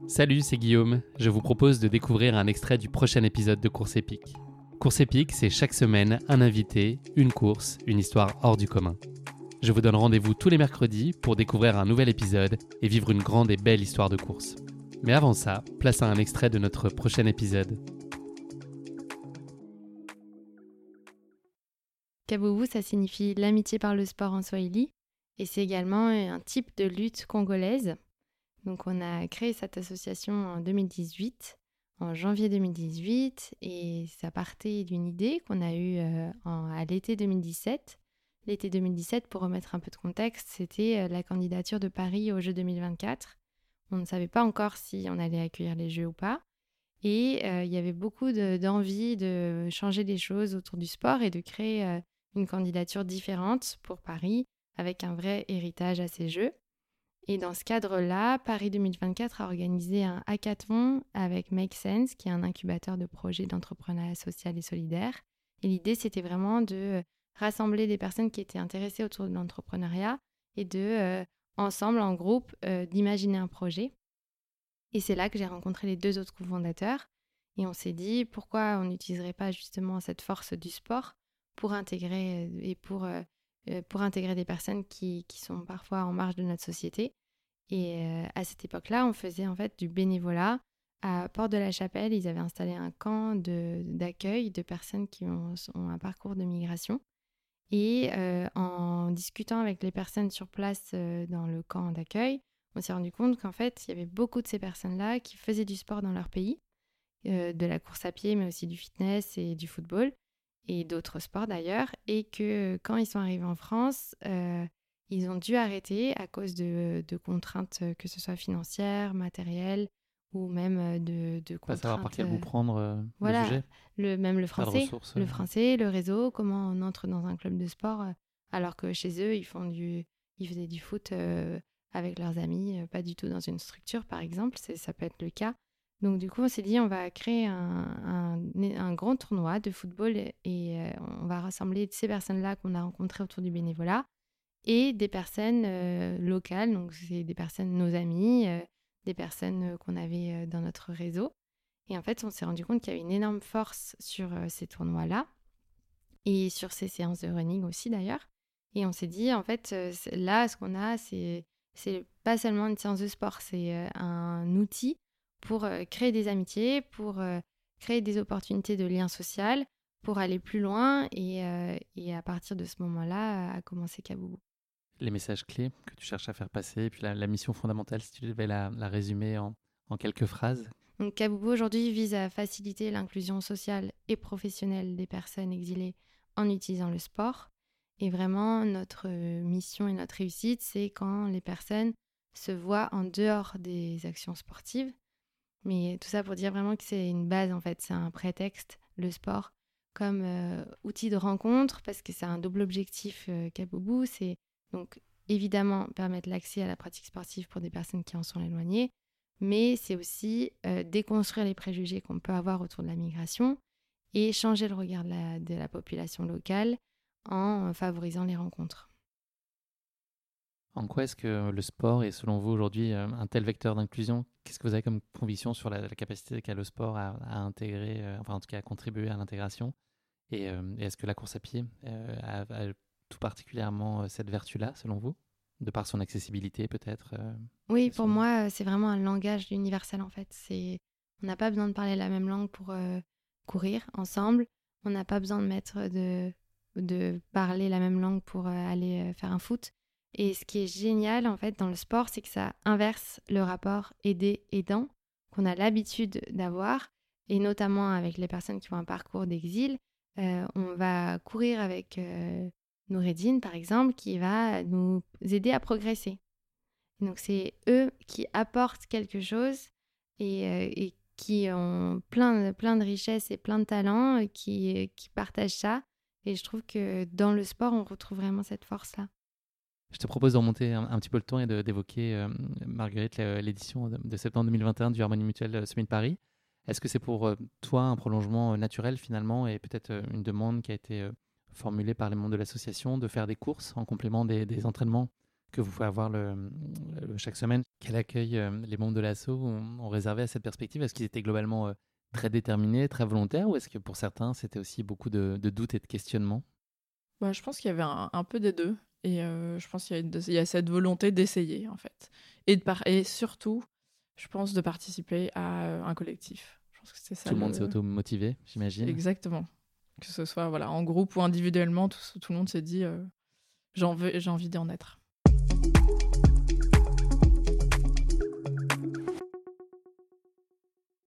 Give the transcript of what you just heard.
Salut, c'est Guillaume. Je vous propose de découvrir un extrait du prochain épisode de Course épique. Course épique, c'est chaque semaine un invité, une course, une histoire hors du commun. Je vous donne rendez-vous tous les mercredis pour découvrir un nouvel épisode et vivre une grande et belle histoire de course. Mais avant ça, place à un extrait de notre prochain épisode. Kaboubou, ça signifie l'amitié par le sport en swahili et c'est également un type de lutte congolaise. Donc on a créé cette association en 2018, en janvier 2018, et ça partait d'une idée qu'on a eue à l'été 2017. L'été 2017, pour remettre un peu de contexte, c'était la candidature de Paris aux Jeux 2024. On ne savait pas encore si on allait accueillir les Jeux ou pas. Et il y avait beaucoup d'envie de changer les choses autour du sport et de créer une candidature différente pour Paris avec un vrai héritage à ces Jeux. Et dans ce cadre-là, Paris 2024 a organisé un hackathon avec Make Sense, qui est un incubateur de projets d'entrepreneuriat social et solidaire. Et l'idée, c'était vraiment de rassembler des personnes qui étaient intéressées autour de l'entrepreneuriat et de, ensemble, en groupe, d'imaginer un projet. Et c'est là que j'ai rencontré les deux autres cofondateurs. Et on s'est dit, pourquoi on n'utiliserait pas justement cette force du sport pour intégrer des personnes qui sont parfois en marge de notre société. Et à cette époque-là, on faisait en fait du bénévolat. À Porte de la Chapelle, ils avaient installé un camp d'accueil de personnes qui ont un parcours de migration. Et en discutant avec les personnes sur place dans le camp d'accueil, on s'est rendu compte qu'en fait, il y avait beaucoup de ces personnes-là qui faisaient du sport dans leur pays, de la course à pied, mais aussi du fitness et du football, et d'autres sports d'ailleurs, et que quand ils sont arrivés en France, ils ont dû arrêter à cause de contraintes, que ce soit financières, matérielles, ou même de contraintes. Pas savoir par quel bout prendre voilà, le sujet. Même le Pas de français, ressources, le français, le réseau, comment on entre dans un club de sport, alors que chez eux, ils faisaient du foot avec leurs amis, pas du tout dans une structure, par exemple, ça peut être le cas. Donc du coup, on s'est dit, on va créer un grand tournoi de football et on va rassembler ces personnes-là qu'on a rencontrées autour du bénévolat et des personnes locales, donc c'est des personnes, nos amis, des personnes qu'on avait dans notre réseau. Et en fait, on s'est rendu compte qu'il y avait une énorme force sur ces tournois-là et sur ces séances de running aussi d'ailleurs. Et on s'est dit, en fait, là, ce qu'on a, c'est pas seulement une séance de sport, c'est un outil pour créer des amitiés, pour créer des opportunités de lien social, pour aller plus loin. Et à partir de ce moment-là, a commencé Kaboubou. Les messages clés que tu cherches à faire passer, et puis la mission fondamentale, si tu devais la résumer en quelques phrases. Donc Kaboubou aujourd'hui vise à faciliter l'inclusion sociale et professionnelle des personnes exilées en utilisant le sport. Et vraiment, notre mission et notre réussite, c'est quand les personnes se voient en dehors des actions sportives. Mais tout ça pour dire vraiment que c'est une base, en fait, c'est un prétexte, le sport, comme outil de rencontre, parce que c'est un double objectif Kaboubou. C'est donc évidemment permettre l'accès à la pratique sportive pour des personnes qui en sont éloignées, mais c'est aussi déconstruire les préjugés qu'on peut avoir autour de la migration et changer le regard de la population locale en favorisant les rencontres. En quoi est-ce que le sport est, selon vous, aujourd'hui un tel vecteur d'inclusion? Qu'est-ce que vous avez comme conviction sur la capacité qu'a le sport à intégrer, enfin en tout cas à contribuer à l'intégration? Et est-ce que la course à pied a tout particulièrement cette vertu-là, selon vous? De par son accessibilité, peut-être Oui, pour moi, c'est vraiment un langage universel, en fait. On n'a pas besoin de parler la même langue pour courir ensemble. On n'a pas besoin de parler la même langue pour aller faire un foot. Et ce qui est génial, en fait, dans le sport, c'est que ça inverse le rapport aidé-aidant qu'on a l'habitude d'avoir, et notamment avec les personnes qui ont un parcours d'exil. On va courir avec Noureddine, par exemple, qui va nous aider à progresser. Donc c'est eux qui apportent quelque chose et qui ont plein de richesses et plein de talents qui partagent ça. Et je trouve que dans le sport, on retrouve vraiment cette force-là. Je te propose de remonter un petit peu le temps et d'évoquer, Marguerite, l'édition de septembre 2021 du Harmonie Mutuelle Semaine de Paris. Est-ce que c'est pour toi un prolongement naturel finalement et peut-être une demande qui a été formulée par les membres de l'association de faire des courses en complément des entraînements que vous pouvez avoir chaque semaine, quel accueil les membres de l'asso ont réservé à cette perspective? Est-ce qu'ils étaient globalement très déterminés, très volontaires, ou est-ce que pour certains, c'était aussi beaucoup de doutes et de questionnements? Bah, je pense qu'il y avait un peu des deux. Et je pense qu'il y a cette volonté d'essayer, en fait. Et surtout, je pense, de participer à un collectif. Je pense que c'est ça. Tout le monde s'est auto-motivé, j'imagine. Exactement. Que ce soit en groupe ou individuellement, tout le monde s'est dit j'ai envie d'en être.